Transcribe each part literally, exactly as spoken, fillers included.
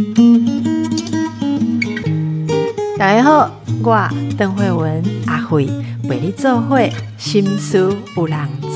大家好，我邓惠文阿惠陪你做伙，心事有人知。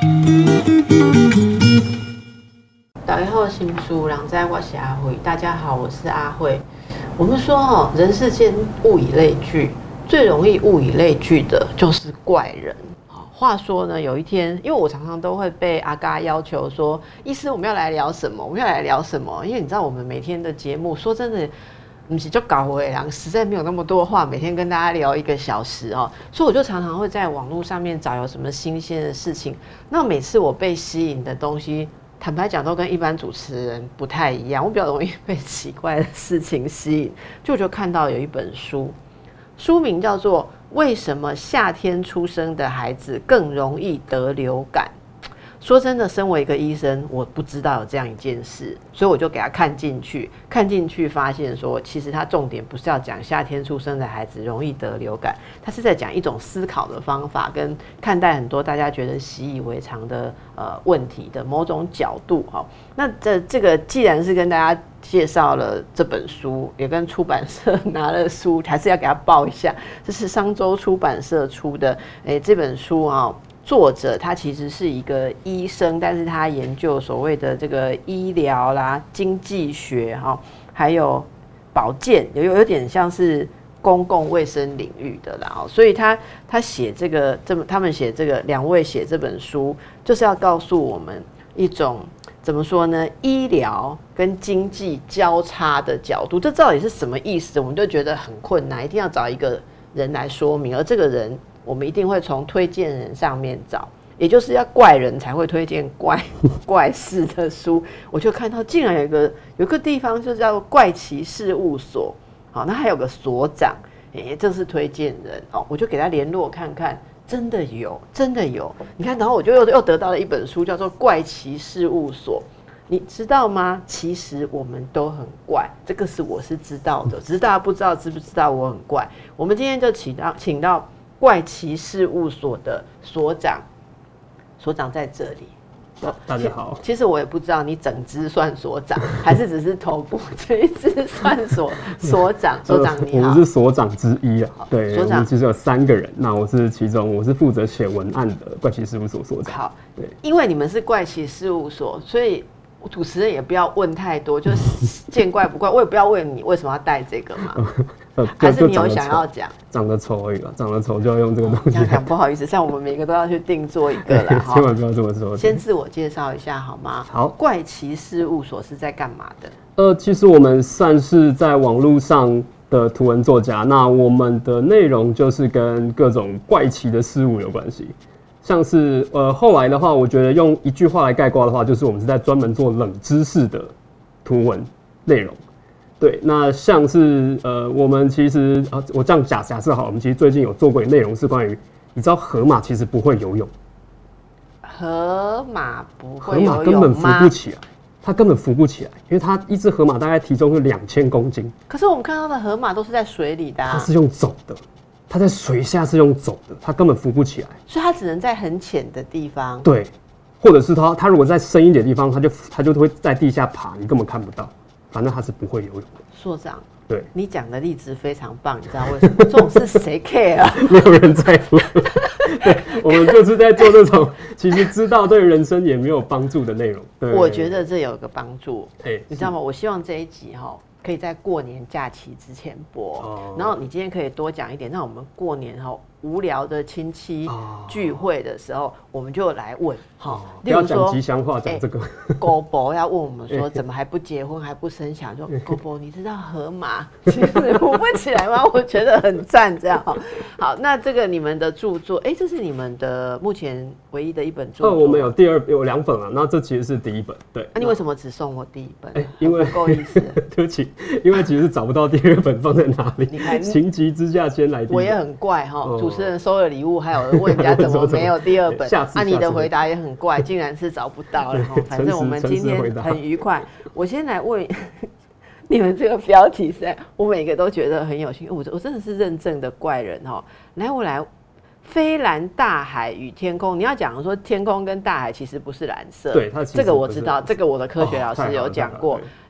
大家好，心事有人知，我是阿惠。大家好，我是阿惠。我们说哦，人世间物以类聚，最容易物以类聚的就是怪人。话说呢，有一天，因为我常常都会被阿嘎要求说，医师我们要来聊什么？我们要来聊什么？因为你知道我们每天的节目，说真的，不是就搞我然后实在没有那么多话，每天跟大家聊一个小时哦，所以我就常常会在网络上面找有什么新鲜的事情。那每次我被吸引的东西，坦白讲都跟一般主持人不太一样，我比较容易被奇怪的事情吸引。就我就看到有一本书，书名叫做为什么夏天出生的孩子更容易得流感？说真的，身为一个医生，我不知道有这样一件事，所以我就给他看进去，看进去发现说，其实他重点不是要讲夏天出生的孩子容易得流感，他是在讲一种思考的方法，跟看待很多大家觉得习以为常的呃问题的某种角度哈。那这这个既然是跟大家介绍了这本书，也跟出版社拿了书，还是要给他报一下，这是商周出版社出的，哎，这本书啊。作者他其实是一个医生，但是他研究所谓的这个医疗啦、经济学哈，还有保健，有有点像是公共卫生领域的啦。所以他他写这个，这么他们写这个两位写这本书，就是要告诉我们一种怎么说呢？医疗跟经济交叉的角度，这到底是什么意思？我们就觉得很困难，一定要找一个人来说明，而这个人。我们一定会从推荐人上面找，也就是要怪人才会推荐怪怪事的书。我就看到竟然有一个有一个地方就叫怪奇事务所，好，那还有个所长，哎，这是推荐人哦，我就给他联络看看，真的有，真的有。你看，然后我就又又得到了一本书，叫做《怪奇事务所》。你知道吗？其实我们都很怪，这个是我是知道的，只是大家不知道知不知道我很怪。我们今天就请到请到。怪奇事务所的所长，所长在这里。 大家好。 其实我也不知道你整支算所长，还是只是头部这一支算所所长。所长你好， 我们是所长之一啊。对， 所长我们其实有三个人，那我是其中，我是负责写文案的怪奇事务所所长。 好，对，因为你们是怪奇事务所，所以主持人也不要问太多，就是见怪不怪。我也不要问你为什么要带这个嘛。还是你有想要讲？ 长得丑而已啦，长得丑就要用这个东西。 这样讲不好意思，像我们每个都要去定做一个啦。 千万不要这么说。 先自我介绍一下好吗？ 好， 怪奇事务所是在干嘛的？ 呃，其实我们算是在网络上的图文作家，那我们的内容就是跟各种怪奇的事物有关系。像是呃后来的话，我觉得用一句话来概括的话，就是我们是在专门做冷知识的图文内容。对，那像是呃，我们其实啊，我这样假假设好，我们其实最近有做过的内容是关于，你知道河马其实不会游泳， 河马不会游泳吗？ 河马根本浮不起来，它根本浮不起来，因为它一只河马大概体重是两千公斤。 可是我们看到的河马都是在水里的、啊， 它是用走的，它在水下是用走的，它根本浮不起来， 所以它只能在很浅的地方。 对，或者是它它如果在深一点的地方，它就它就会在地下爬，你根本看不到。反正他是不会游泳的。 所长， 对， 你讲的例子非常棒，你知道为什么？这种事谁 care 啊？ 没有人在乎。对，我们就是在做这种其实知道对人生也没有帮助的内容。对， 我觉得这有个帮助。 欸、 你知道吗？我希望这一集哈，可以在过年假期之前播。哦、然后你今天可以多讲一点，那我们过年哈无聊的亲戚聚会的时候，哦、我们就来问哈。哦、 不要讲吉祥话，讲、欸、这个。 狗伯要问我们说，怎么还不结婚，还不生小孩？说狗伯，你知道河马其实浮不起来吗？我觉得很赞，这样。好，那这个你们的著作，哎、欸，这是你们的目前唯一的一本著作。 呃，我们有第二有两本啊，那这其实是第一本。对。 那、啊、你为什么只送我第一本？ 哎、欸，因为不够意思。 对不起，因为其实找不到第二本放在哪里。你看，情急之下先来第一本。 我也很怪哈，哦、主持人收了礼物，还有人问人家怎么没有第二本。 下次。 啊，你的回答也很怪，竟然是找不到了。反正我们今天很愉快。我先来问你们这个标题是，我每个都觉得很有趣。我我真的是认证的怪人哈。来，我来。飞蓝大海与天空，你要讲说天空跟大海其实不是蓝色， 对，它其实这个我知道，这个我的科学老师有讲过。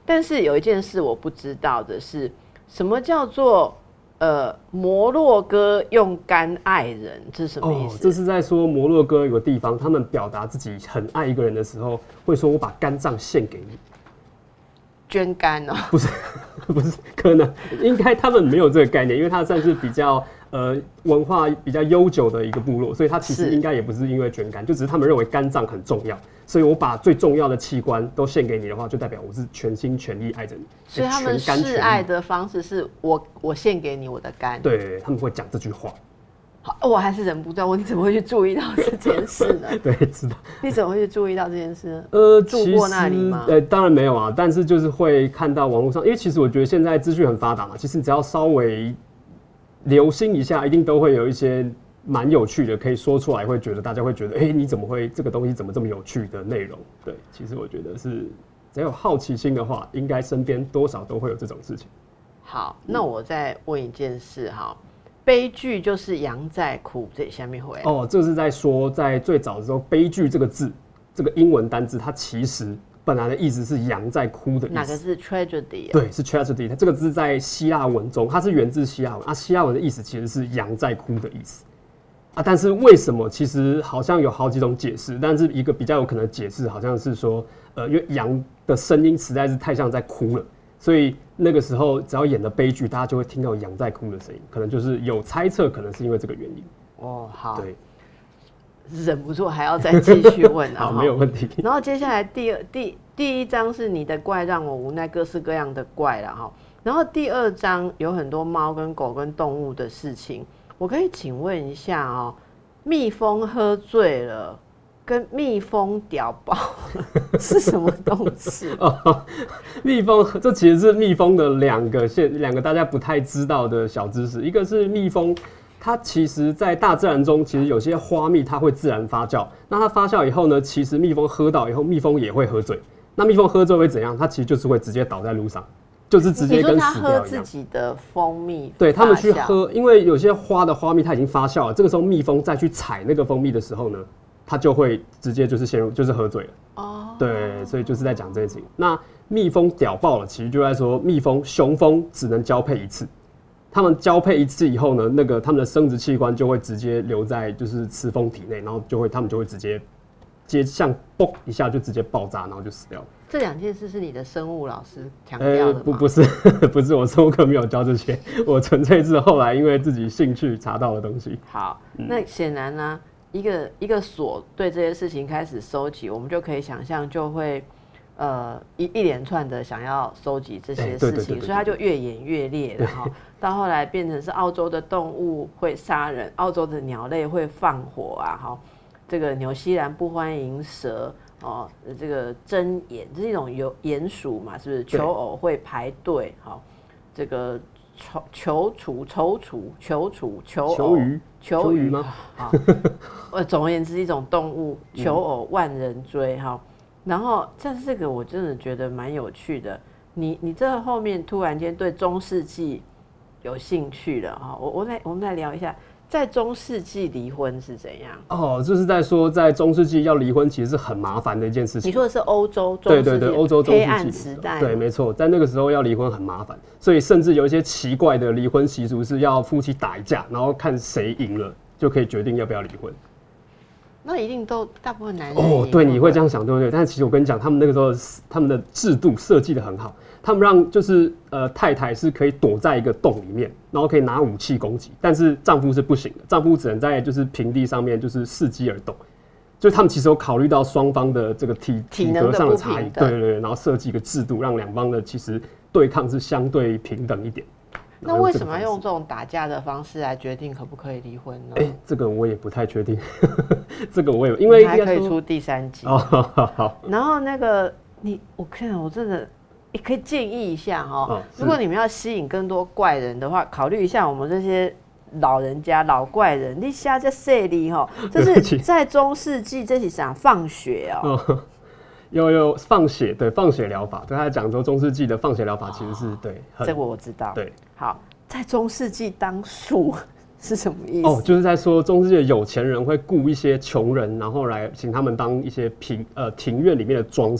但是有一件事我不知道的是，什么叫做呃摩洛哥用肝爱人？这是什么意思？ 哦，这是在说摩洛哥有个地方，他们表达自己很爱一个人的时候，会说我把肝脏献给你。 捐肝哦？ 不是，不是，可能应该他们没有这个概念，因为它算是比较呃文化比较悠久的一个部落，所以它其实应该也不是因为捐肝，就只是他们认为肝脏很重要，所以我把最重要的器官都献给你的话，就代表我是全心全意爱着你。 所以他们示爱的方式是我我献给你我的肝， 对，他们会讲这句话。 好，我还是忍不住，我你怎么会去注意到这件事呢？ 对，知道。 你怎么会去注意到这件事呢？ 呃， 住过那里吗？ 呃，当然没有啊，但是就是会看到网络上，因为其实我觉得现在资讯很发达嘛，其实你只要稍微留心一下，一定都会有一些蛮有趣的，可以说出来，会觉得大家会觉得，哎、欸，你怎么会这个东西怎么这么有趣的内容？对，其实我觉得是只要有好奇心的话，应该身边多少都会有这种事情。 好，那我再问一件事哈。悲剧就是羊在哭，这下面会哦，这是在说，在最早的时候，悲剧这个字，这个英文单字，它其实本来的意思是羊在哭的意思。 哪个是 tragedy？、啊、 对，是 tragedy。它这个字在希腊文中，它是源自希腊文啊。希腊文的意思其实是羊在哭的意思啊。但是为什么？其实好像有好几种解释，但是一个比较有可能的解释，好像是说，呃，因为羊的声音实在是太像在哭了。所以那个时候，只要演的悲剧，大家就会听到羊在哭的声音，可能就是有猜测，可能是因为这个原因。 哦，好， 对， 忍不住还要再继续问啊， 好，没有问题。 然后接下来第二第第一章是你的怪让我无奈，各式各样的怪了哈。然后第二章有很多猫跟狗跟动物的事情，我可以请问一下哦，蜜蜂喝醉了。跟蜜蜂屌爆是什么东西？ 哦，蜜蜂这其实是蜜蜂的两个现两个大家不太知道的小知识，一个是蜜蜂，它其实在大自然中，其实有些花蜜它会自然发酵，那它发酵以后呢，其实蜜蜂喝到以后，蜜蜂也会喝醉。那蜜蜂喝醉会怎样？它其实就是会直接倒在路上，就是直接跟死掉一样。 你说它喝自己的蜂蜜， 对他们去喝，因为有些花的花蜜它已经发酵了，这个时候蜜蜂再去采那个蜂蜜的时候呢，它就会直接就是陷入，就是喝醉了。哦，对，所以就是在讲这件事情。那蜜蜂屌爆了，其实就在说蜜蜂雄蜂只能交配一次，他们交配一次以后呢，那个他们的生殖器官就会直接留在就是雌蜂体内，然后就会他们就会直接接像嘣一下就直接爆炸，然后就死掉了。 这两件事是你的生物老师强调的吗？ 欸、不不是不是，我生物课没有教这些，我纯粹是后来因为自己兴趣查到的东西。 好，嗯、那显然呢、啊。一个一个所对这些事情开始收集，我们就可以想象，就会呃一一连串的想要收集这些事情，所以它就越演越烈了哈。到后来变成是澳洲的动物会杀人，澳洲的鸟类会放火啊，哈，这个纽西兰不欢迎蛇哦，这个针眼这是一种有鼹鼠嘛，是不是？求偶会排队，好，这个。求雏、踌躇、求雏、求偶、 求鱼、 求鱼吗？ 好，呃，总而言之，一种动物求偶万人追哈。然后，但是这个我真的觉得蛮有趣的。你你这后面突然间对中世纪有兴趣了哈，我我来我们来聊一下。在中世纪离婚是怎样？ 哦，就是在说，在中世纪要离婚其实是很麻烦的一件事情。 你说的是欧洲中世纪？对对对，欧洲中世纪黑暗时代。 对，没错，在那个时候要离婚很麻烦，所以甚至有一些奇怪的离婚习俗是要夫妻打一架，然后看谁赢了就可以决定要不要离婚。 那一定都大部分男人哦，对，你会这样想，对不对？但是其实我跟你讲，他们那个时候他们的制度设计得很好。他们让就是呃太太是可以躲在一个洞里面，然后可以拿武器攻击，但是丈夫是不行的，丈夫只能在就是平地上面就是伺机而动。就他们其实有考虑到双方的这个体体格上的差异，对对对，然后设计一个制度，让两方的其实对抗是相对平等一点。 那为什么要用这种打架的方式来决定可不可以离婚呢？ 哎、欸，这个我也不太确定，这个我也因为还可以出第三集哦，好好好。 然后那个你，我看我真的。也可以建议一下哈、哦，如果你们要吸引更多怪人的话，考虑一下我们这些老人家、老怪人。你现在设立哈，就是在中世纪这是讲放血哦， 哦有有放血，对放血疗法，对他讲说中世纪的放血疗法其实是、哦、对， 这个我知道。 对， 好，在中世纪当树是什么意思？ 哦，就是在说中世纪的有钱人会雇一些穷人，然后来请他们当一些庭呃庭院里面的装饰。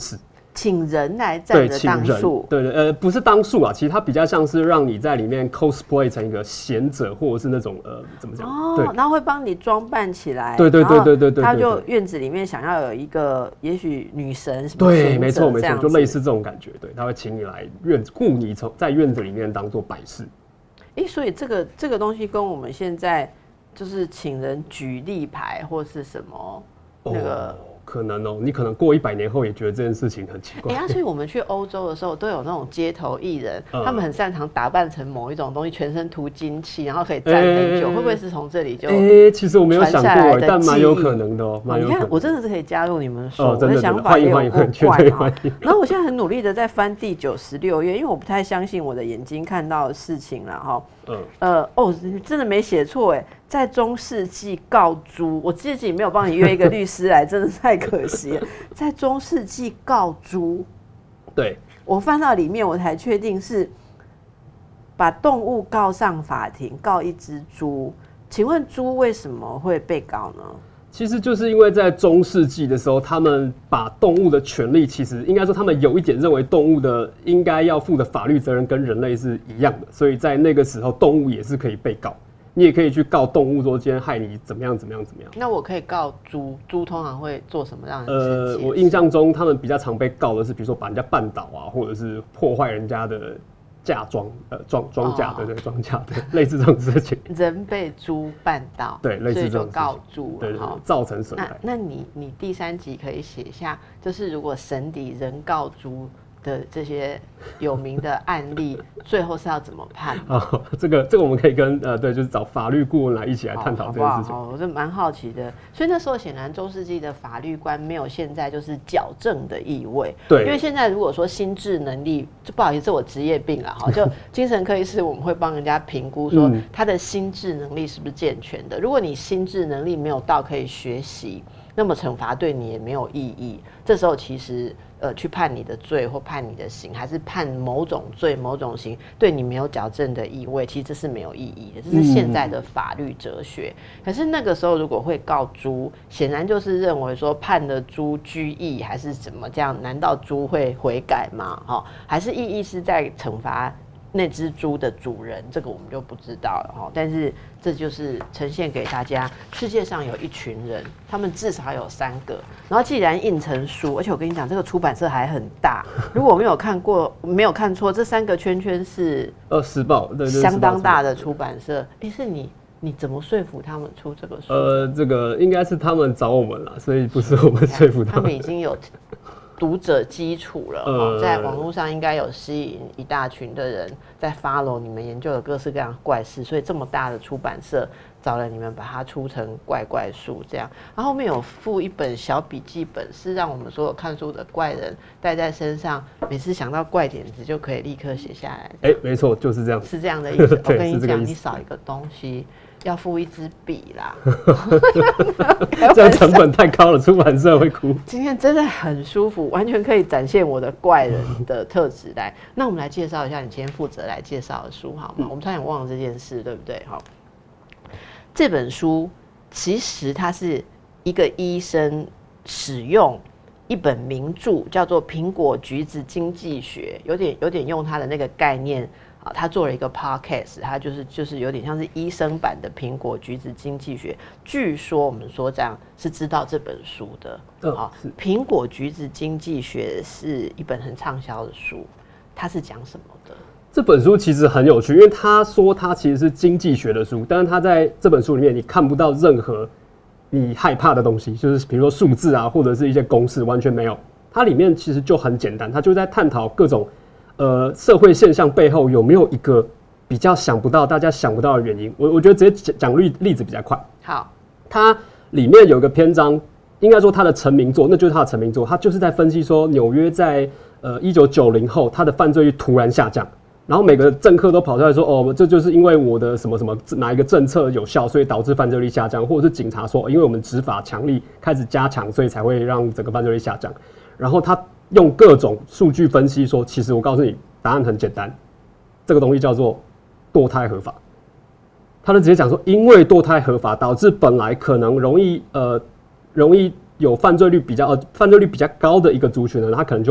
请人来站着当树， 对对，呃，不是当树啊，其实它比较像是让你在里面 cosplay 成一个贤者，或者是那种呃，怎么讲？ 哦， 对， 然后会帮你装扮起来， 对对对对对对， 他就院子里面想要有一个，也许女神什么， 对，没错没错，就类似这种感觉，对，他会请你来院雇你从在院子里面当做摆饰。 哎，所以这个这个东西跟我们现在就是请人举例牌或是什么那个。哦可能哦，你可能过一百年后也觉得这件事情很奇怪。 哎、欸，所以我们去欧洲的时候，都有那种街头艺人，嗯、他们很擅长打扮成某一种东西，全身涂金漆，然后可以站很久。欸、会不会是从这里就？哎、 欸，其实我没有想过，但蛮有可能的哦。 你看，我真的是可以加入你们说， 哦、 我的想法也有够怪哈。然后我现在很努力的在翻第九十六页，因为我不太相信我的眼睛看到的事情了哈。嗯，呃，哦，真的没写错哎，在中世纪告诸，我自己没有帮你约一个律师来，真的太可惜了。在中世纪告诸， 对， 我翻到里面，我才确定是把动物告上法庭，告一只猪。请问猪为什么会被告呢？ 其实就是因为在中世纪的时候，他们把动物的权利，其实应该说他们有一点认为动物的应该要负的法律责任跟人类是一样的，所以在那个时候，动物也是可以被告。你也可以去告动物说今天害你怎么样怎么样怎么样。 那我可以告猪，猪通常会做什么让人生气？ 呃，我印象中他们比较常被告的是，比如说把人家绊倒啊，或者是破坏人家的嫁妆，呃，庄庄稼，对对，庄稼，对，类似这种事情。 人被猪绊倒， 对，类似这种事情， 所以就告猪， 对对，造成损害。 那那你你第三集可以写下，就是如果神邸人告猪的这些有名的案例，最后是要怎么判？ 哦，这个这个我们可以跟呃对，就是找法律顾问来一起来探讨这件事情。 哦，好不好？我是蛮好奇的。所以那时候显然中世纪的法律观没有现在就是矫正的意味。 对， 因为现在如果说心智能力，就不好意思，我职业病了哈，就精神科医师我们会帮人家评估说他的心智能力是不是健全的。如果你心智能力没有到可以学习，那么惩罚对你也没有意义。这时候其实。呃，去判你的罪或判你的刑，还是判某种罪、某种刑，对你没有矫正的意味，其实这是没有意义的。这是现在的法律哲学。嗯、可是那个时候如果会告猪，显然就是认为说判了猪拘役还是怎么这样？难道猪会悔改吗？哈，还是意义是在惩罚那只猪的主人？这个我们就不知道了哈。但是这就是呈现给大家，世界上有一群人，他们至少有三个。然后既然印成书，而且我跟你讲，这个出版社还很大。如果我没有看过，没有看错，这三个圈圈是呃时报，对， 相当大的出版社。哎，是你你怎么说服他们出这个书？ 呃，这个应该是他们找我们啦，所以不是我们说服他们。 他们已经有读者基础了，呃、在网络上应该有吸引一大群的人在 follow 你们研究的各式各样的怪事，所以这么大的出版社找了你们把它出成怪怪书这样，然后后面有附一本小笔记本，是让我们所有看书的怪人带在身上，每次想到怪点子就可以立刻写下来。 哎、欸，没错，就是这样， 是这样的意思。我跟你讲，你少一个东西。要附一支笔啦， 这样成本太高了，出版社会哭。 今天真的很舒服，完全可以展现我的怪人的特质来。那我们来介绍一下你今天负责来介绍的书好吗？嗯、我们差点忘了这件事，对不对？好，这本书其实它是一个医生使用一本名著，叫做《苹果橘子经济学》，有点有点用他的那个概念。啊，他做了一个 podcast， 他就是就是有点像是医生版的苹果橘子经济学。据说我们所长是知道这本书的。嗯、啊，苹果橘子经济学是一本很畅销的书，它是讲什么的？ 这本书其实很有趣，因为他说他其实是经济学的书，但是他在这本书里面你看不到任何你害怕的东西，就是比如说数字啊，或者是一些公式，完全没有。它里面其实就很简单，它就在探讨各种。呃，社会现象背后有没有一个比较想不到、大家想不到的原因？我我觉得直接讲例例子比较快。 好， 它里面有一个篇章，应该说它的成名作，那就是它的成名作。它就是在分析说，纽约在呃一九九零后，它的犯罪率突然下降，然后每个政客都跑出来说，哦，这就是因为我的什么什么哪一个政策有效，所以导致犯罪率下降，或者是警察说，因为我们执法强力开始加强，所以才会让整个犯罪率下降。然后他。用各种数据分析说，其实我告诉你，答案很简单，这个东西叫做堕胎合法。他就直接讲说，因为堕胎合法，导致本来可能容易呃容易有犯罪率比较呃犯罪率比较高的一个族群呢，他可能就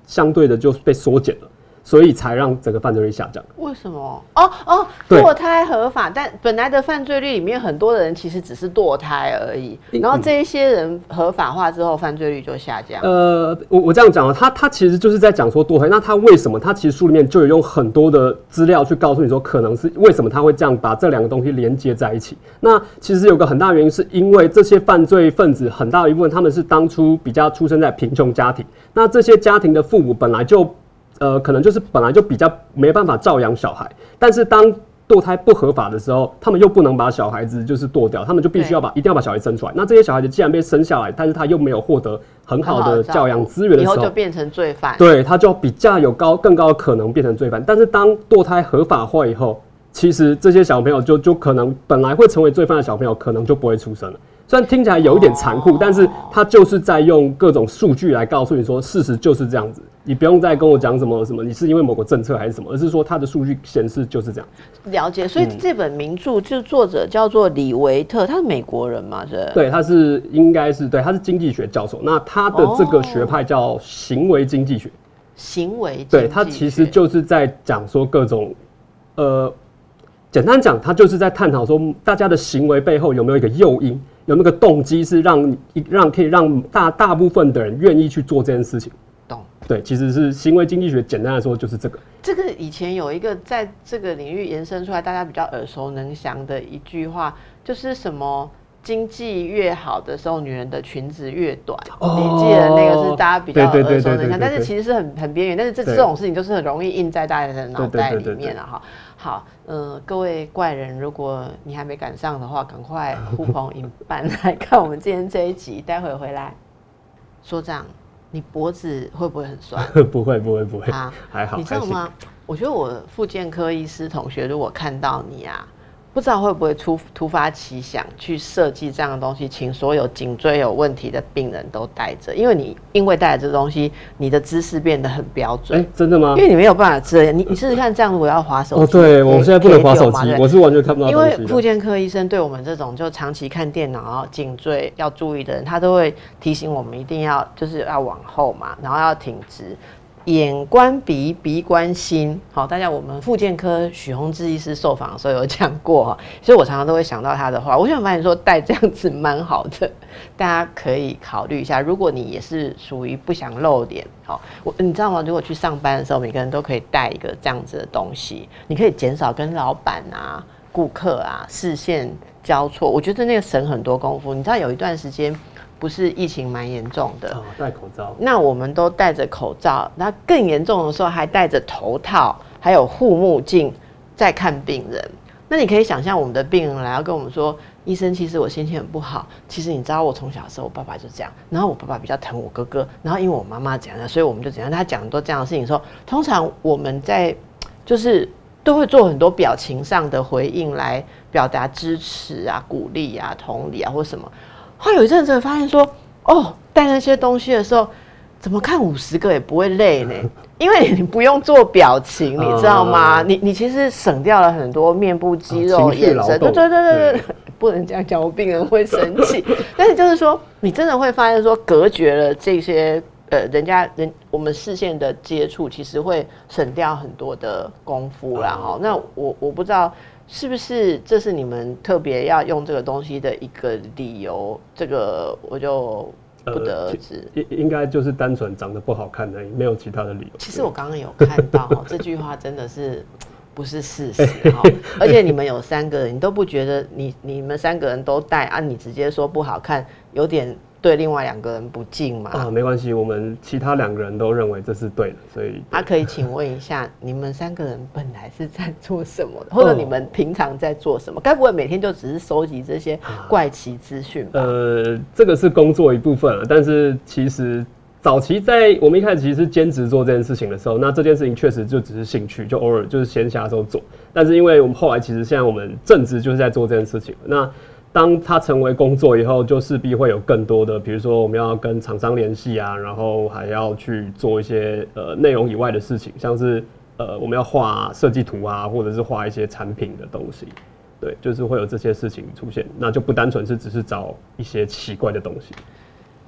相对的就被缩减了。所以才让整个犯罪率下降。 为什么？哦哦，堕胎合法，但本来的犯罪率里面很多的人其实只是堕胎而已，然后这一些人合法化之后，犯罪率就下降。 呃，我我这样讲啊，他他其实就是在讲说堕胎，那他为什么？他其实书里面就有用很多的资料去告诉你说，可能是为什么他会这样把这两个东西连接在一起。那其实有个很大的原因，是因为这些犯罪分子很大的一部分他们是当初比较出生在贫穷家庭，那这些家庭的父母本来就。呃，可能就是本来就比较没办法照养小孩，但是当堕胎不合法的时候，他们又不能把小孩子就是堕掉，他们就必须要把一定要把小孩生出来。那这些小孩子既然被生下来，但是他又没有获得很好的教养资源的时候， 以后就变成罪犯。 对，他就比较有高更高的可能变成罪犯。但是当堕胎合法化以后，其实这些小朋友就就可能本来会成为罪犯的小朋友，可能就不会出生了。虽然听起来有一点残酷，但是他就是在用各种数据来告诉你说，事实就是这样子。你不用再跟我讲什么什么，你是因为某个政策还是什么，而是说他的数据显示就是这样。 了解，所以这本名著就作者叫做李维特，他是美国人嘛？是？ 对，他是应该是对，他是经济学教授。那他的这个学派叫行为经济学。 行为经济学， 对，他其实就是在讲说各种，呃，简单讲，他就是在探讨说大家的行为背后有没有一个诱因。有那个动机是让让可以让大大部分的人愿意去做这件事情， 懂？ 对，其实是行为经济学，简单来说就是这个。 这个以前有一个在这个领域延伸出来，大家比较耳熟能详的一句话，就是什么经济越好的时候，女人的裙子越短。哦、你记得那个是大家比较耳熟能详，但是其实是很很边缘，但是这这种事情就是很容易印在大家的脑袋里面了哈。好，呃，各位怪人，如果你还没赶上的话，赶快呼朋引伴来看我们今天这一集。待会回来，所长，你脖子会不会很酸？ 不会，不会，不会啊， 还好。 你知道吗？我觉得我复健科医师同学如果看到你啊，不知道会不会突突发奇想去设计这样的东西，请所有颈椎有问题的病人都带着，因为你因为带着这东西，你的姿势变得很标准。 哎、欸，真的吗？ 因为你没有办法这样，你你试试看，这样如果要滑手机， 哦，对我现在不能滑手机，我是完全看不到东西的。 因为复健科医生对我们这种就长期看电脑、然后颈椎要注意的人，他都会提醒我们一定要就是要往后嘛，然后要挺直。眼观鼻，鼻观心。好，大家我们复健科许宏志医师受访的时候有讲过，所以我常常都会想到他的话。我想发现说带这样子蛮好的，大家可以考虑一下。如果你也是属于不想露脸，好，我你知道吗？如果去上班的时候，每个人都可以带一个这样子的东西，你可以减少跟老板啊、顾客啊视线交错。我觉得那个省很多功夫。你知道有一段时间。不是疫情蛮严重的， 哦，戴口罩。那我们都戴着口罩，那更严重的时候还戴着头套，还有护目镜在看病人。那你可以想象，我们的病人来要跟我们说，医生，其实我心情很不好。其实你知道，我从小的时候，我爸爸就这样，然后我爸爸比较疼我哥哥，然后因为我妈妈这样，所以我们就怎样。他讲很多这样的事情的时候，通常我们在就是都会做很多表情上的回应来表达支持啊、鼓励啊、同理啊，或什么。后来有一阵子会发现说，哦，带那些东西的时候，怎么看五十个也不会累呢？因为你不用做表情，你知道吗？你你其实省掉了很多面部肌肉、眼神，对对对对对，不能这样讲，我病人会生气。但是就是说，你真的会发现说，隔绝了这些呃人家人我们视线的接触，其实会省掉很多的功夫啦。哈，那我我不知道。是不是这是你们特别要用这个东西的一个理由？这个我就不得而知。 呃、应该就是单纯长得不好看而已，没有其他的理由。 其实我刚刚有看到这句话真的是不是事实哈，而且你们有三个人，你都不觉得你你们三个人都戴啊？你直接说不好看，有点。对另外两个人不敬嘛？ 啊，没关系，我们其他两个人都认为这是对的，所以他、啊、可以请问一下，你们三个人本来是在做什么的，或者你们平常在做什么？该不会每天就只是收集这些怪奇资讯吧？ 呃，这个是工作一部分了，但是其实早期在我们一开始其实是兼职做这件事情的时候，那这件事情确实就只是兴趣，就偶尔就是闲暇的时候做。但是因为我们后来其实现在我们正职就是在做这件事情，那。当它成为工作以后，就势必会有更多的，比如说我们要跟厂商联系啊，然后还要去做一些呃内容以外的事情，像是呃我们要画设计图啊，或者是画一些产品的东西，对，就是会有这些事情出现，那就不单纯是只是找一些奇怪的东西。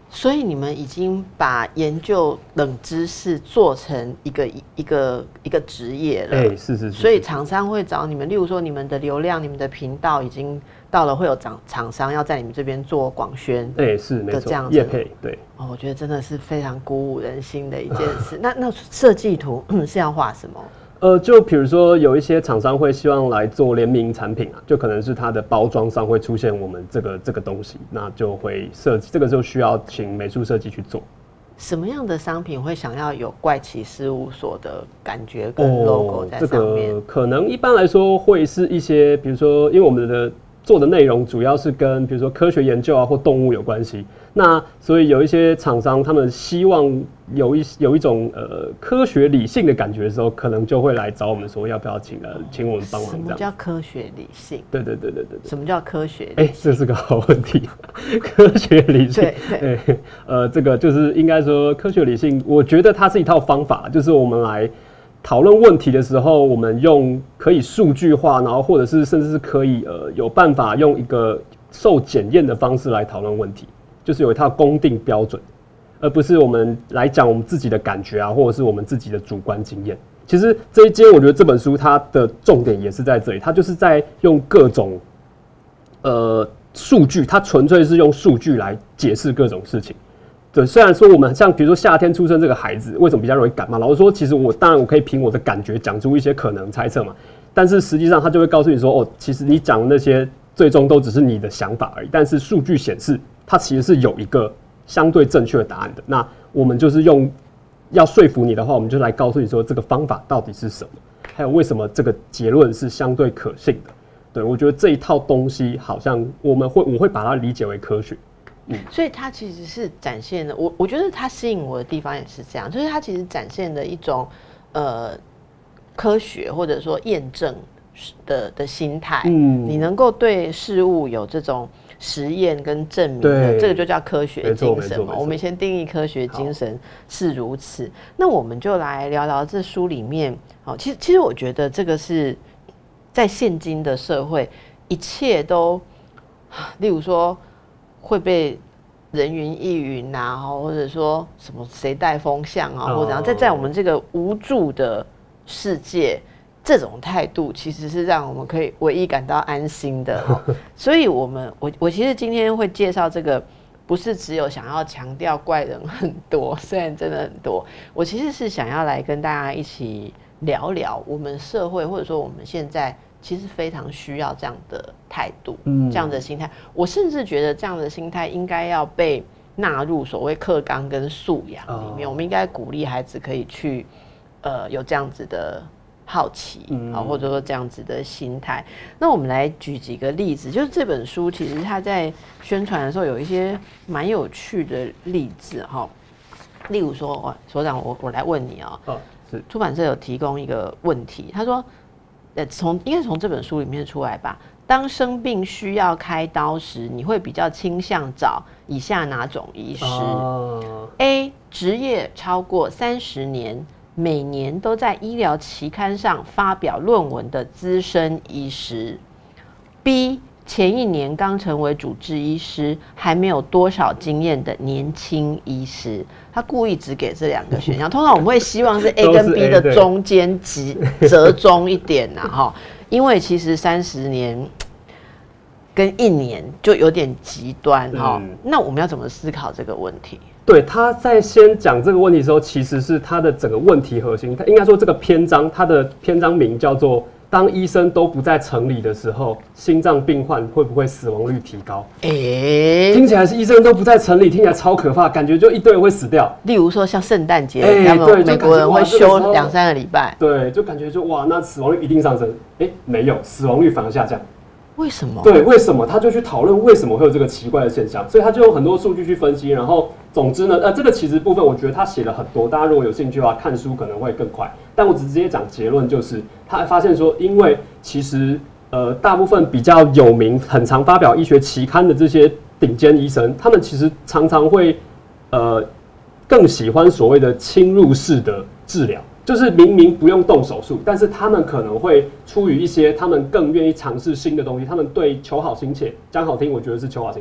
所以你们已经把研究冷知识做成一个一个一个职业了。 哎、欸，是是是。 所以厂商会找你们，例如说你们的流量、你们的频道已经到了，会有厂厂商要在你们这边做广宣。 哎、欸，是没错。 这样子。 业配对。 哦，我觉得真的是非常鼓舞人心的一件事。那那设计图是要画什么？ 呃，就比如说有一些厂商会希望来做联名产品啊，就可能是它的包装上会出现我们这个这个东西，那就会设计，这个就需要请美术设计去做。 什么样的商品会想要有怪奇事务所的感觉跟 logo 在上面？ 哦，这个可能一般来说会是一些，比如说，因为我们的做的内容主要是跟比如说科学研究啊或动物有关系，那所以有一些厂商他们希望有一有一种呃科学理性的感觉的时候，可能就会来找我们说要不要请呃请我们帮忙这样。 什么叫科学理性？ 对对对对对对。 什么叫科学理性？ 哎、欸，这是个好问题。科学理性， 对对、 欸，呃，这个就是应该说科学理性，我觉得它是一套方法，就是我们来讨论问题的时候，我们用可以数据化，然后或者是甚至是可以呃有办法用一个受检验的方式来讨论问题，就是有一套公定标准，而不是我们来讲我们自己的感觉啊，或者是我们自己的主观经验。其实这一间我觉得这本书它的重点也是在这里，它就是在用各种呃数据，它纯粹是用数据来解释各种事情。对，虽然说我们像比如说夏天出生这个孩子为什么比较容易感冒，老实说，其实我当然我可以凭我的感觉讲出一些可能猜测嘛，但是实际上他就会告诉你说，哦，其实你讲的那些最终都只是你的想法而已，但是数据显示它其实是有一个相对正确的答案的。那我们就是用要说服你的话，我们就来告诉你说这个方法到底是什么，还有为什么这个结论是相对可信的。对，我觉得这一套东西好像我们会我会把它理解为科学。 嗯、所以它其实是展现了我，我觉得它吸引我的地方也是这样，就是它其实展现了一种呃科学或者说验证的的心态。嗯，你能够对事物有这种实验跟证明的，这个就叫科学精神嘛。我们先定义科学精神是如此。那我们就来聊聊这书里面，哦，其实其实我觉得这个是在现今的社会，一切都，例如说。会被人云亦云啊，或者说什么谁带风向啊，或者怎样，在在我们这个无助的世界，这种态度其实是让我们可以唯一感到安心的。所以，我们我我其实今天会介绍这个，不是只有想要强调怪人很多，虽然真的很多，我其实是想要来跟大家一起聊聊我们社会，或者说我们现在。其实非常需要这样的态度，嗯，这样的心态。我甚至觉得这样的心态应该要被纳入所谓课纲跟素养里面。哦、我们应该鼓励孩子可以去，呃，有这样子的好奇啊、嗯，或者说这样子的心态。那我们来举几个例子，就是这本书其实它在宣传的时候有一些蛮有趣的例子哈。例如说，所长，我我来问你啊、喔，哦，是出版社有提供一个问题，他说。呃，从应该从这本书里面出来吧。当生病需要开刀时，你会比较倾向找以下哪种医师、哦、？A. 职业超过三十年，每年都在医疗期刊上发表论文的资深医师。B. 前一年刚成为主治医师，还没有多少经验的年轻医师。他故意只给这两个选项，通常我们会希望是 A 跟 B 的中间极折中一点呐，哈，因为其实三十年跟一年就有点极端哈、嗯。那我们要怎么思考这个问题？ 对，他在先讲这个问题的时候，其实是他的整个问题核心。他应该说这个篇章，它的篇章名叫做。当医生都不在城里的时候，心脏病患会不会死亡率提高？哎、欸，听起来是医生都不在城里，听起来超可怕，感觉就一堆人会死掉。 例如说像圣诞节，欸、他们美国人会休两三个礼拜， 对，就感觉就哇，那死亡率一定上升。哎、欸，没有，死亡率反而下降。 为什么？ 对，为什么？他就去讨论为什么会有这个奇怪的现象，所以他就用很多数据去分析，然后总之呢，呃，这个其实部分我觉得他写了很多，大家如果有兴趣的话，看书可能会更快。但我只直接讲结论，就是他发现说，因为其实呃大部分比较有名、很常发表医学期刊的这些顶尖医生，他们其实常常会呃更喜欢所谓的侵入式的治疗。就是明明不用动手术，但是他们可能会出于一些他们更愿意尝试新的东西，他们对求好心切，讲好听，我觉得是求好心切啊，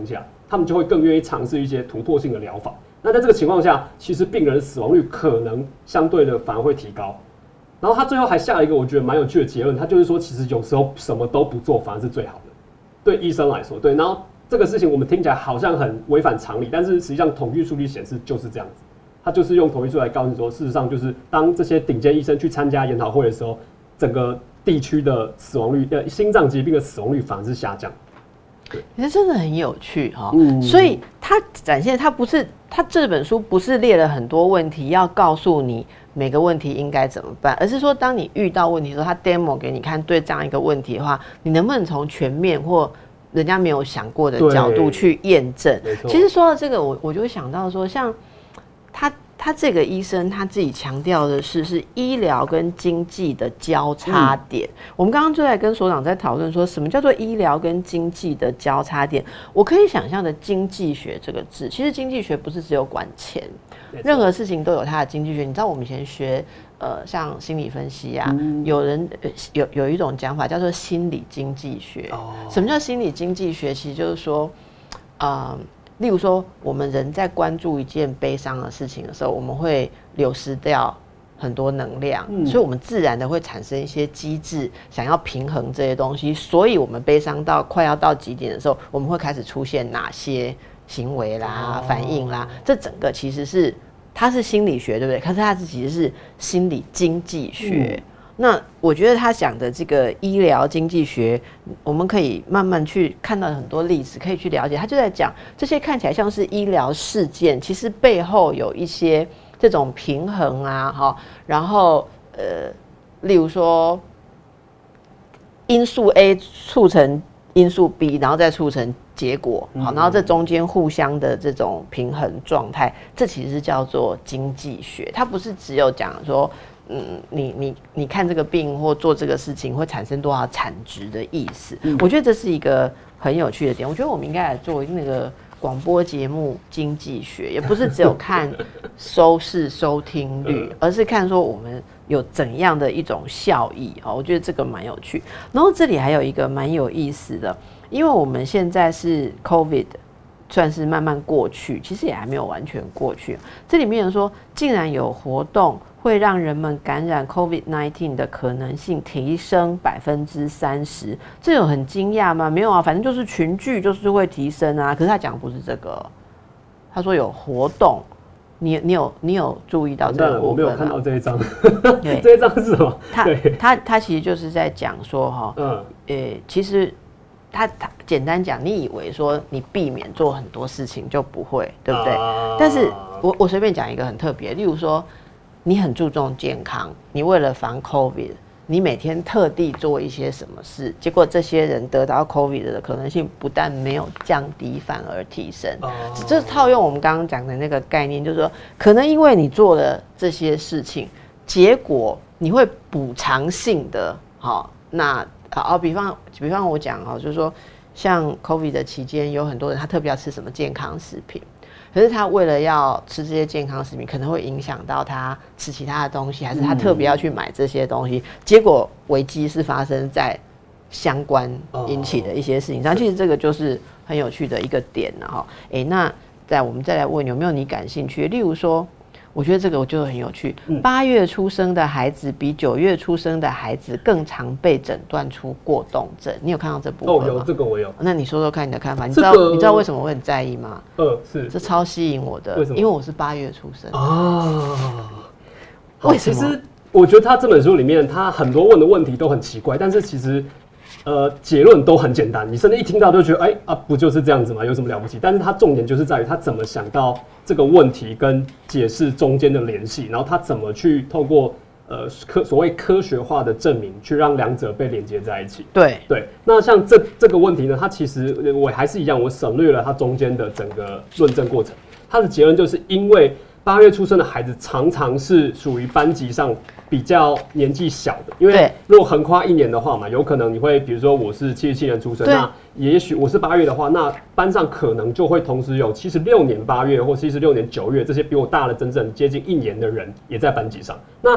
他们就会更愿意尝试一些突破性的疗法。那在这个情况下，其实病人的死亡率可能相对的反而会提高。然后他最后还下了一个我觉得蛮有趣的结论，他就是说，其实有时候什么都不做反而是最好的，对医生来说，对。然后这个事情我们听起来好像很违反常理，但是实际上统计数据显示就是这样子。他就是用统计数来告诉你说，事实上就是当这些顶尖医生去参加研讨会的时候，整个地区的死亡率，呃，心脏疾病的死亡率反而是下降。 其实真的很有趣哈、哦嗯，所以他展现他不是他这本书不是列了很多问题要告诉你每个问题应该怎么办，而是说当你遇到问题的时候，他 demo 给你看，对这样一个问题的话，你能不能从全面或人家没有想过的角度去验证？其实说到这个，我我就会想到说，像他。他这个医生他自己强调的是，是医疗跟经济的交叉点。嗯、我们刚刚就在跟所长在讨论说，什么叫做医疗跟经济的交叉点？我可以想象的经济学这个字，其实经济学不是只有管钱，任何事情都有它的经济学。你知道我们以前学呃像心理分析啊，嗯、有人、呃、有有一种讲法叫做心理经济学。哦、什么叫心理经济学？其实就是说，呃。例如说，我们人在关注一件悲伤的事情的时候，我们会流失掉很多能量，嗯、所以我们自然的会产生一些机制，想要平衡这些东西。所以我们悲伤到快要到极点的时候，我们会开始出现哪些行为啦、哦、反应啦？这整个其实是它是心理学，对不对？可是它其实是心理经济学。嗯那我觉得他讲的这个医疗经济学，我们可以慢慢去看到很多例子，可以去了解。他就在讲这些看起来像是医疗事件，其实背后有一些这种平衡啊，哈，然后呃，例如说因素 A 促成因素 B， 然后再促成结果，好，然后这中间互相的这种平衡状态，这其实是叫做经济学。它不是只有讲说。嗯，你你你看这个病或做这个事情会产生多少产值的意思？嗯、我觉得这是一个很有趣的点。我觉得我们应该来做那个广播节目经济学，也不是只有看收视收听率，而是看说我们有怎样的一种效益。我觉得这个蛮有趣。然后这里还有一个蛮有意思的，因为我们现在是 COVID。算是慢慢过去，其实也还没有完全过去。这里面有说，竟然有活动会让人们感染 COVID 十九 的可能性提升百分之三十，这有很惊讶吗？没有啊，反正就是群聚就是会提升啊。可是他讲的不是这个，他说有活动，你你有你有注意到这个部分吗？ 我没有看到这一张，这一张是什么？ 他他他其实就是在讲说哈，嗯，呃，其实。他他简单讲，你以为说你避免做很多事情就不会，对不对？啊、但是我我随便讲一个很特别，例如说，你很注重健康，你为了防 COVID， 你每天特地做一些什么事，结果这些人得到 COVID 的可能性不但没有降低，反而提升。啊、这套用我们刚刚讲的那个概念，就是说，可能因为你做了这些事情，结果你会补偿性的，好那。好，比方比方我讲哦，就是说，像 COVID 的期间，有很多人他特别要吃什么健康食品，可是他为了要吃这些健康食品，可能会影响到他吃其他的东西，还是他特别要去买这些东西，嗯、结果危机是发生在相关引起的一些事情上。哦、其实这个就是很有趣的一个点了哈。哎，那再我们再来问有没有你感兴趣的，例如说。我觉得这个我就很有趣。八月出生的孩子比九月出生的孩子更常被诊断出过动症。你有看到这部分吗？ 哦，有这个我有。 那你说说看你的看法。你知道、这个、你知道为什么我很在意吗？ 呃，是。 这超吸引我的。 为什么？ 因为我是八月出生啊。 为什么？ 其实我觉得他这本书里面，他很多问的问题都很奇怪，但是其实。呃，结论都很简单，你甚至一听到就觉得，哎啊，不就是这样子吗？有什么了不起？但是他重点就是在于他怎么想到这个问题跟解释中间的联系，然后他怎么去透过呃科所谓科学化的证明，去让两者被连接在一起。 对对，那像这这个问题呢，它其实我还是一样，我省略了它中间的整个论证过程。它的结论就是因为八月出生的孩子常常是属于班级上比较年纪小的，因为如果横跨一年的话嘛，有可能你会比如说我是七十七年出生，那也许我是八月的话，那班上可能就会同时有七十六年八月或七十六年九月这些比我大了整整接近一年的人也在班级上。那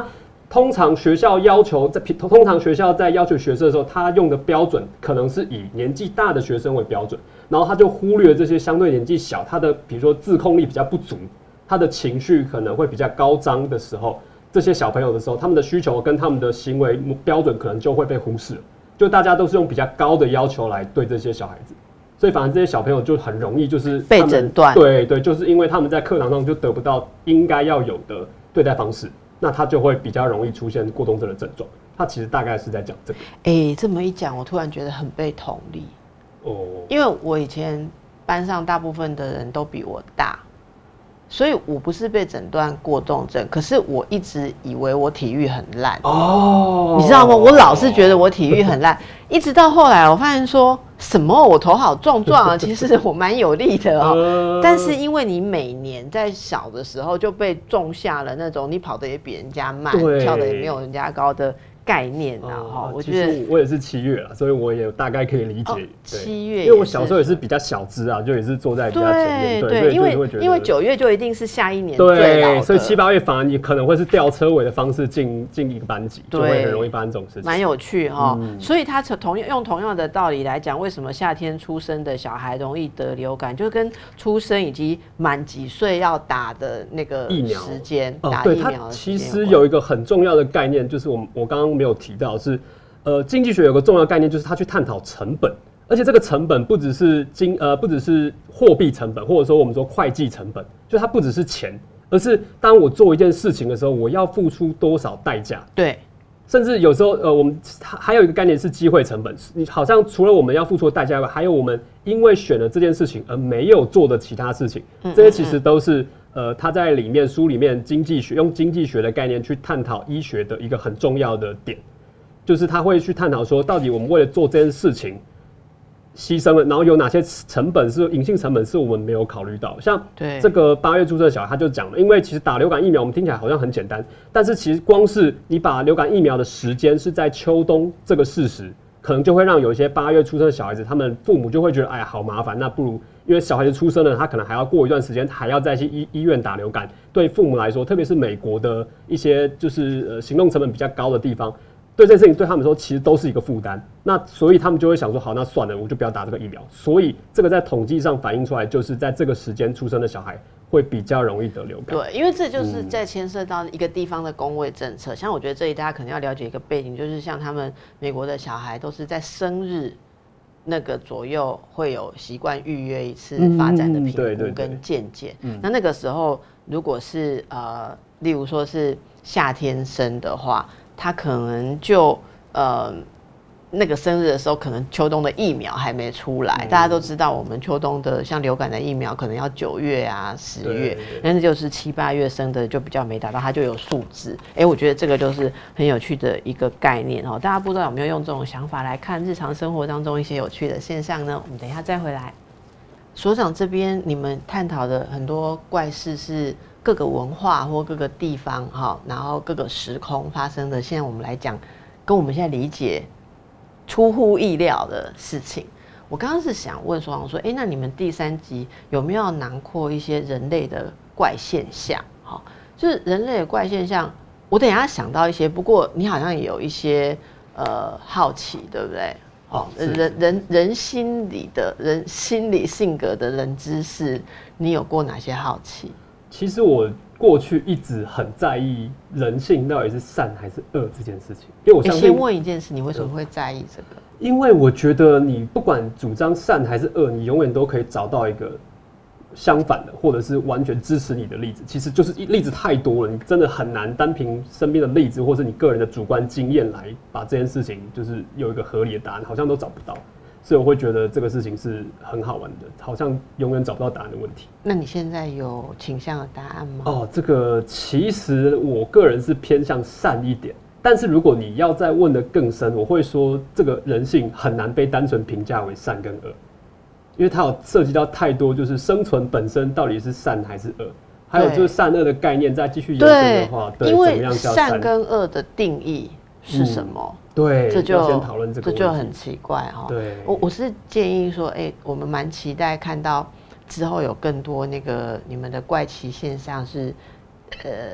通常学校要求在通常学校在要求学生的时候，他用的标准可能是以年纪大的学生为标准，然后他就忽略这些相对年纪小，他的比如说自控力比较不足，他的情绪可能会比较高涨的时候，这些小朋友的时候，他们的需求跟他们的行为标准可能就会被忽视了。就大家都是用比较高的要求来对这些小孩子，所以反而这些小朋友就很容易就是被诊断。 对对，就是因为他们在课堂上就得不到应该要有的对待方式，那他就会比较容易出现过动症的症状。他其实大概是在讲这个。 哎、欸，这么一讲，我突然觉得很被同理。哦，因为我以前班上大部分的人都比我大。所以我不是被诊断过动症，可是我一直以为我体育很烂哦，你知道吗？我老是觉得我体育很烂，一直到后来我发现说什么我头好壮壮啊，其实我蛮有力的哦。但是因为你每年在小的时候就被种下了那种你跑得也比人家慢，跳得也没有人家高的概念啊，哈、哦，我觉得我也是七月了，所以我也大概可以理解。哦、 七月， 因为我小时候也是比较小只啊，就也是坐在比较前面，对，对， 因为因为九月就一定是下一年最老的， 所以七八月反而你可能会是吊车尾的方式进进一个班级，就会很容易发生这种事情， 蛮有趣哈、哦嗯。所以他同样用同样的道理来讲，为什么夏天出生的小孩容易得流感，就跟出生以及满几岁要打的那个疫苗时间， 哦、 打疫苗的时间。其实有一个很重要的概念，就是我我刚刚没有提到是。呃，经济学有个重要概念，就是他去探讨成本，而且这个成本不只是经呃，不只是货币成本，或者说我们说会计成本，就它不只是钱，而是当我做一件事情的时候，我要付出多少代价。 对，甚至有时候呃，我们还有一个概念是机会成本，你好像除了我们要付出的代价外，还有我们因为选了这件事情而没有做的其他事情，嗯嗯嗯这些其实都是呃，他在里面书里面经济学用经济学的概念去探讨医学的一个很重要的点。就是他会去探讨说，到底我们为了做这件事情牺牲了，然后有哪些成本是隐性成本是我们没有考虑到。像这个八月出生的小孩，他就讲了，因为其实打流感疫苗，我们听起来好像很简单，但是其实光是你把流感疫苗的时间是在秋冬这个事实，可能就会让有一些八月出生的小孩子，他们父母就会觉得，哎呀，好麻烦，那不如因为小孩子出生了，他可能还要过一段时间，还要再去医医院打流感，对父母来说，特别是美国的一些就是呃行动成本比较高的地方。对这件事情对他们说，其实都是一个负担。那所以他们就会想说，好，那算了，我就不要打这个疫苗。所以这个在统计上反映出来，就是在这个时间出生的小孩会比较容易得流感。 对，因为这就是在牵涉到一个地方的公卫政策。嗯、像我觉得这里大家可能要了解一个背景，就是像他们美国的小孩都是在生日那个左右会有习惯预约一次发展的评估跟健检。那那个时候如果是呃，例如说是夏天生的话。他可能就呃那个生日的时候，可能秋冬的疫苗还没出来。嗯、大家都知道，我们秋冬的像流感的疫苗，可能要九月啊、十月，但是就是七八月生的就比较没达到，它就有数字。哎、欸，我觉得这个就是很有趣的一个概念哦。大家不知道有没有用这种想法来看日常生活当中一些有趣的现象呢？我们等一下再回来。所长这边，你们探讨的很多怪事是。各个文化或各个地方哈，然后各个时空发生的，现在我们来讲，跟我们现在理解出乎意料的事情。我刚刚是想问所长说，哎、欸，那你们第三集有没有囊括一些人类的怪现象？哈，就是人类的怪现象，我等一下想到一些，不过你好像也有一些呃好奇，对不对？哦，人人人心理的人心理性格的人知识，你有过哪些好奇？ 其实我过去一直很在意人性到底是善还是恶这件事情，因为我相信。 先问一件事，你为什么会在意这个？ 因为我觉得你不管主张善还是恶，你永远都可以找到一个相反的，或者是完全支持你的例子。其实就是例子太多了，你真的很难单凭身边的例子或是你个人的主观经验来把这件事情就是有一个合理的答案，好像都找不到。所以我会觉得这个事情是很好玩的，好像永远找不到答案的问题。 那你现在有倾向的答案吗？ 哦，这个其实我个人是偏向善一点，但是如果你要再问得更深，我会说这个人性很难被单纯评价为善跟恶，因为它有涉及到太多，就是生存本身到底是善还是恶，还有就是善恶的概念再继续延伸的话，对， 因为怎么样叫善跟恶的定义是什么？嗯对， 这就先讨论这个， 这就很奇怪哈。 对， 我我是建议说，哎、欸，我们蛮期待看到之后有更多那个你们的怪奇现象是，呃，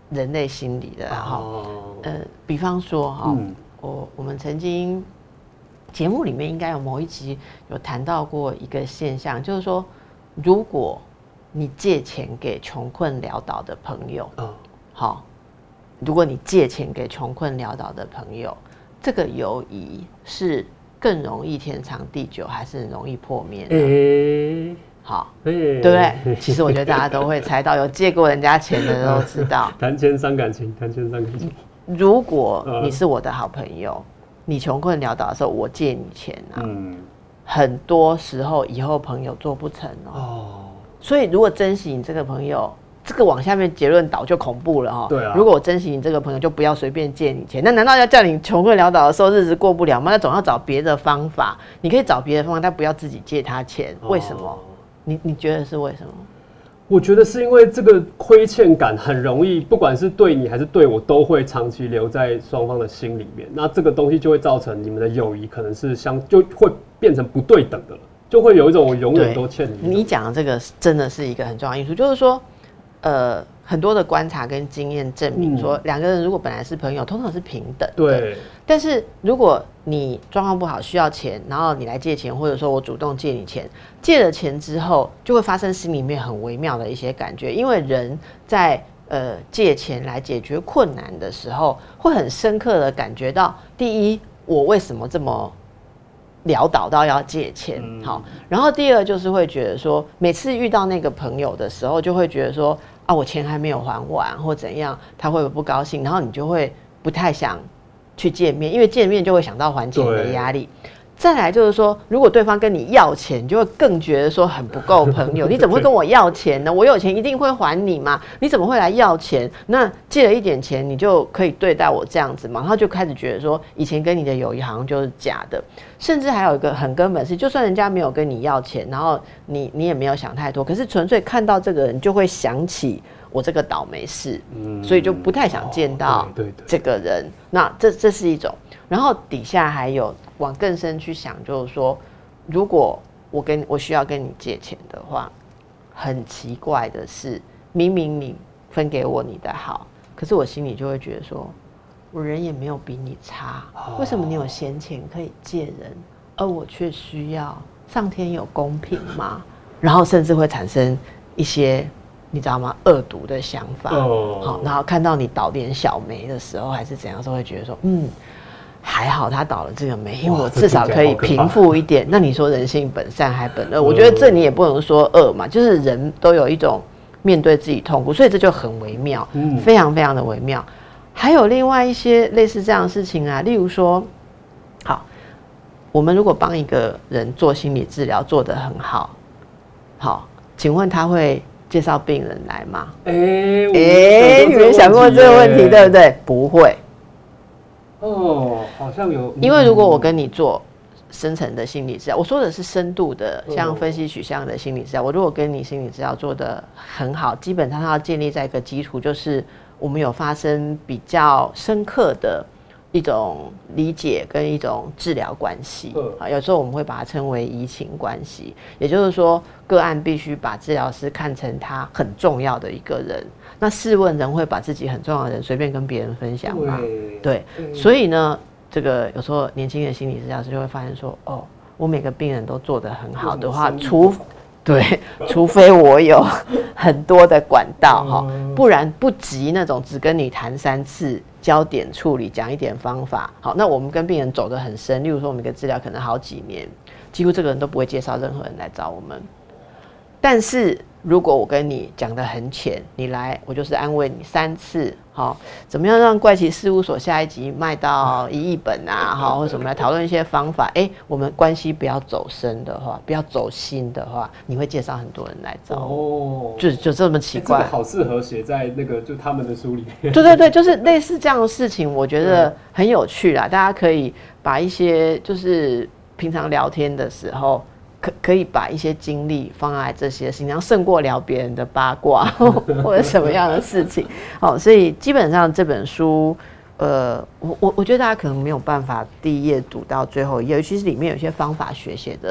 人类心理的哈。 哦、 呃，比方说哈、嗯，我我们曾经节目里面应该有某一集有谈到过一个现象，就是说，如果你借钱给穷困潦倒的朋友，嗯，好，如果你借钱给穷困潦倒的朋友，这个友谊是更容易天长地久，还是容易破灭呢？欸、好，欸、对不对？其实我觉得大家都会猜到，有借过人家钱的人都知道。 谈钱伤感情，谈钱伤感情。 如果你是我的好朋友，嗯、你穷困潦倒的时候，我借你钱啊，嗯、很多时候以后朋友做不成哦。哦，所以如果珍惜你这个朋友，这个往下面结论导就恐怖了哈、哦。 对啊。 如果我珍惜你这个朋友，就不要随便借你钱。那难道要叫你穷困潦倒的时候日子过不了吗？那总要找别的方法。你可以找别的方法，但不要自己借他钱。为什么？哦、你你觉得是为什么？ 我觉得是因为这个亏欠感很容易，不管是对你还是对我，都会长期留在双方的心里面。那这个东西就会造成你们的友谊可能是相就会变成不对等的了，就会有一种我永远都欠你。 你讲的这个真的是一个很重要的因素，就是说，呃，很多的观察跟经验证明说，两、嗯、个人如果本来是朋友，通常是平等的。 对。 但是如果你状况不好需要钱，然后你来借钱，或者说我主动借你钱，借了钱之后，就会发生心里面很微妙的一些感觉，因为人在呃借钱来解决困难的时候，会很深刻的感觉到，第一，我为什么这么潦倒到要借钱？嗯、好，然后第二就是会觉得说，每次遇到那个朋友的时候，就会觉得说，啊，我钱还没有还完或怎样，他会不会不高兴？然后你就会不太想去见面，因为见面就会想到还钱的压力。再来就是说，如果对方跟你要钱，你就会更觉得说很不够朋友。你怎么会跟我要钱呢？我有钱一定会还你嘛？你怎么会来要钱？那借了一点钱，你就可以对待我这样子嘛？然后就开始觉得说，以前跟你的友谊好像就是假的。甚至还有一个很根本是，就算人家没有跟你要钱，然后你你也没有想太多，可是纯粹看到这个人就会想起我这个倒霉事，嗯、所以就不太想见到这个人。哦、那这这是一种。然后底下还有往更深去想，就是说，如果我跟我需要跟你借钱的话，很奇怪的是，明明你分给我你的好，可是我心里就会觉得说，我人也没有比你差，为什么你有闲钱可以借人，而我却需要？上天有公平吗？然后甚至会产生一些你知道吗？恶毒的想法。哦、好，然后看到你倒点小霉的时候，还是怎样，时候会觉得说，嗯。还好他倒了这个霉，因为我至少可以平复一点。那你说人性本善还本恶？我觉得这你也不能说恶嘛，就是人都有一种面对自己痛苦，所以这就很微妙，嗯、非常非常的微妙。还有另外一些类似这样的事情啊，例如说，好，我们如果帮一个人做心理治疗做得很好，好，请问他会介绍病人来吗？哎、欸欸，你没想过这个问题，对不对？不会。 哦，好像有。 因为如果我跟你做深层的心理治疗，我说的是深度的，像分析取向的心理治疗。我如果跟你心理治疗做得很好，基本上它要建立在一个基础，就是我们有发生比较深刻的一种理解跟一种治疗关系。啊，有时候我们会把它称为移情关系，也就是说，个案必须把治疗师看成他很重要的一个人。那试问人会把自己很重要的人随便跟别人分享吗？对，对，所以呢，这个有时候年轻的心理治疗师就会发现说，哦，我每个病人都做得很好的话，除对，除非我有很多的管道哈，不然不及那种只跟你谈三次，焦点处理，讲一点方法。好，那我们跟病人走得很深，例如说我们一个治疗可能好几年，几乎这个人都不会介绍任何人来找我们，但是如果我跟你讲得很浅，你来我就是安慰你三次，好，怎么样让怪奇事务所下一集卖到一亿本啊，好，或者我们来讨论一些方法。哎、欸，我们关系不要走深的话，不要走心的话，你会介绍很多人来找我，哦，就就这么奇怪。 欸、这个好适合写在那个就他们的书里面。 对对对，就是类似这样的事情，我觉得很有趣啦。大家可以把一些就是平常聊天的时候。可, 可以把一些精力放在这些事情上，胜过聊别人的八卦或者什么样的事情。好，所以基本上这本书，呃，我我我觉得大家可能没有办法第一页读到最后一页，尤其是里面有些方法学写的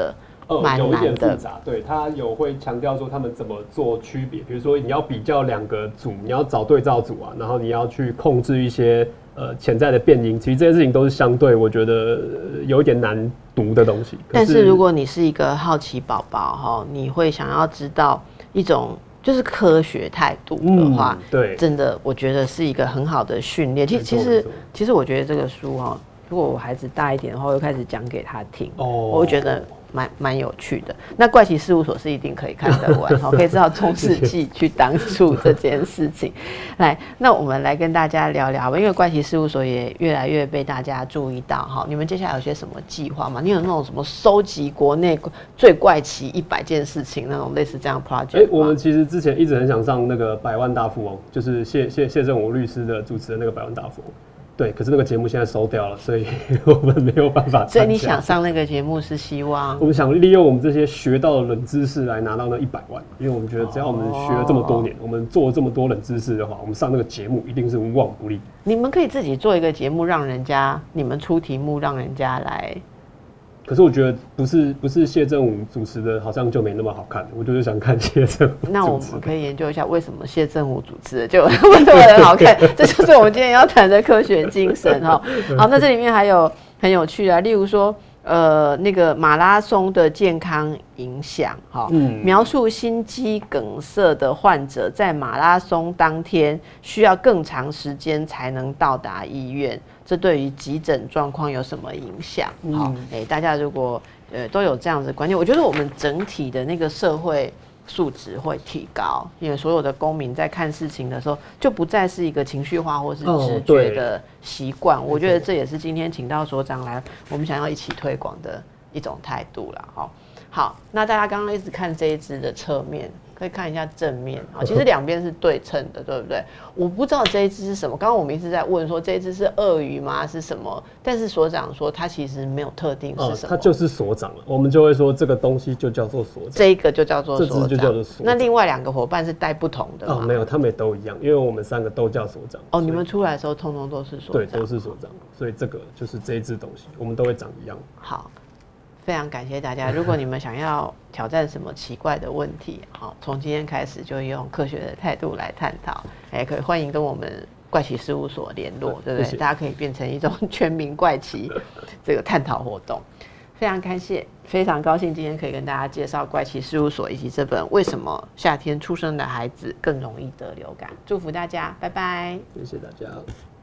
呃， 蛮有一点难的复杂，对，他有会强调说他们怎么做区别，比如说你要比较两个组，你要找对照组啊，然后你要去控制一些呃潜在的变因，其实这些事情都是相对我觉得呃有一点难读的东西。 但是如果你是一个好奇宝宝哈，你会想要知道一种就是科学态度的话， 嗯、对， 真的我觉得是一个很好的训练。其其实其实我觉得这个书哈。如果我孩子大一点的话，我就开始讲给他听，哦、我会觉得蛮蛮有趣的。那怪奇事务所是一定可以看得完，可以知道中世纪去当初这件事情。来，那我们来跟大家聊聊，因为怪奇事务所也越来越被大家注意到哈。你们接下来有些什么计划吗？你有那种什么收集国内最怪奇一百件事情那种类似这样 project？ 哎、欸， 我们其实之前一直很想上那个百万大富翁，就是谢谢谢振武律师的主持的那个百万大富翁。对，可是那个节目现在收掉了，所以我们没有办法参加。 所以你想上那个节目是希望？ 我们想利用我们这些学到的冷知识来拿到那一百万，因为我们觉得只要我们学了这么多年，哦、我们做了这么多冷知识的话，我们上那个节目一定是无往不利。 你们可以自己做一个节目，让人家你们出题目，让人家来。 可是我觉得不是不是谢振武主持的，好像就没那么好看。我就是想看谢振武。 那我们可以研究一下为什么谢振武主持的就那么很好看，这就是我们今天要谈的科学精神哈。好，那这里面还有很有趣啊，例如说。呃，那个马拉松的健康影响，哈、嗯，描述心肌梗塞的患者在马拉松当天需要更长时间才能到达医院，这对于急诊状况有什么影响？好、嗯，哎、欸，大家如果呃都有这样子的观念，我觉得我们整体的那个社会素质会提高，因为所有的公民在看事情的时候，就不再是一个情绪化或是直觉的习惯。哦、我觉得这也是今天请到所长来，我们想要一起推广的一种态度啦。好，好，那大家刚刚一直看这一支的侧面，可以看一下正面啊，其实两边是对称的，对不对？我不知道这一支是什么，刚刚我们一直在问说这一支是鳄鱼吗？是什么？但是所长说它其实没有特定是什么， 它、呃、就是所长了。我们就会说这个东西就叫做所长， 这一个就叫做所长， 这支就叫做所长。 那另外两个伙伴是带不同的吗？ 哦，没有，他们也都一样，因为我们三个都叫所长。 哦，你们出来的时候通通都是所长， 对，都是所长，所以这个就是这一支东西，我们都会长一样。 好。非常感谢大家。如果你们想要挑战什么奇怪的问题，好，从今天开始就用科学的态度来探讨，也可以欢迎跟我们怪奇事务所联络，对不对？谢谢，大家可以变成一种全民怪奇这个探讨活动。非常感谢，非常高兴今天可以跟大家介绍怪奇事务所以及这本《为什么夏天出生的孩子更容易得流感》。祝福大家，拜拜！ 谢谢大家。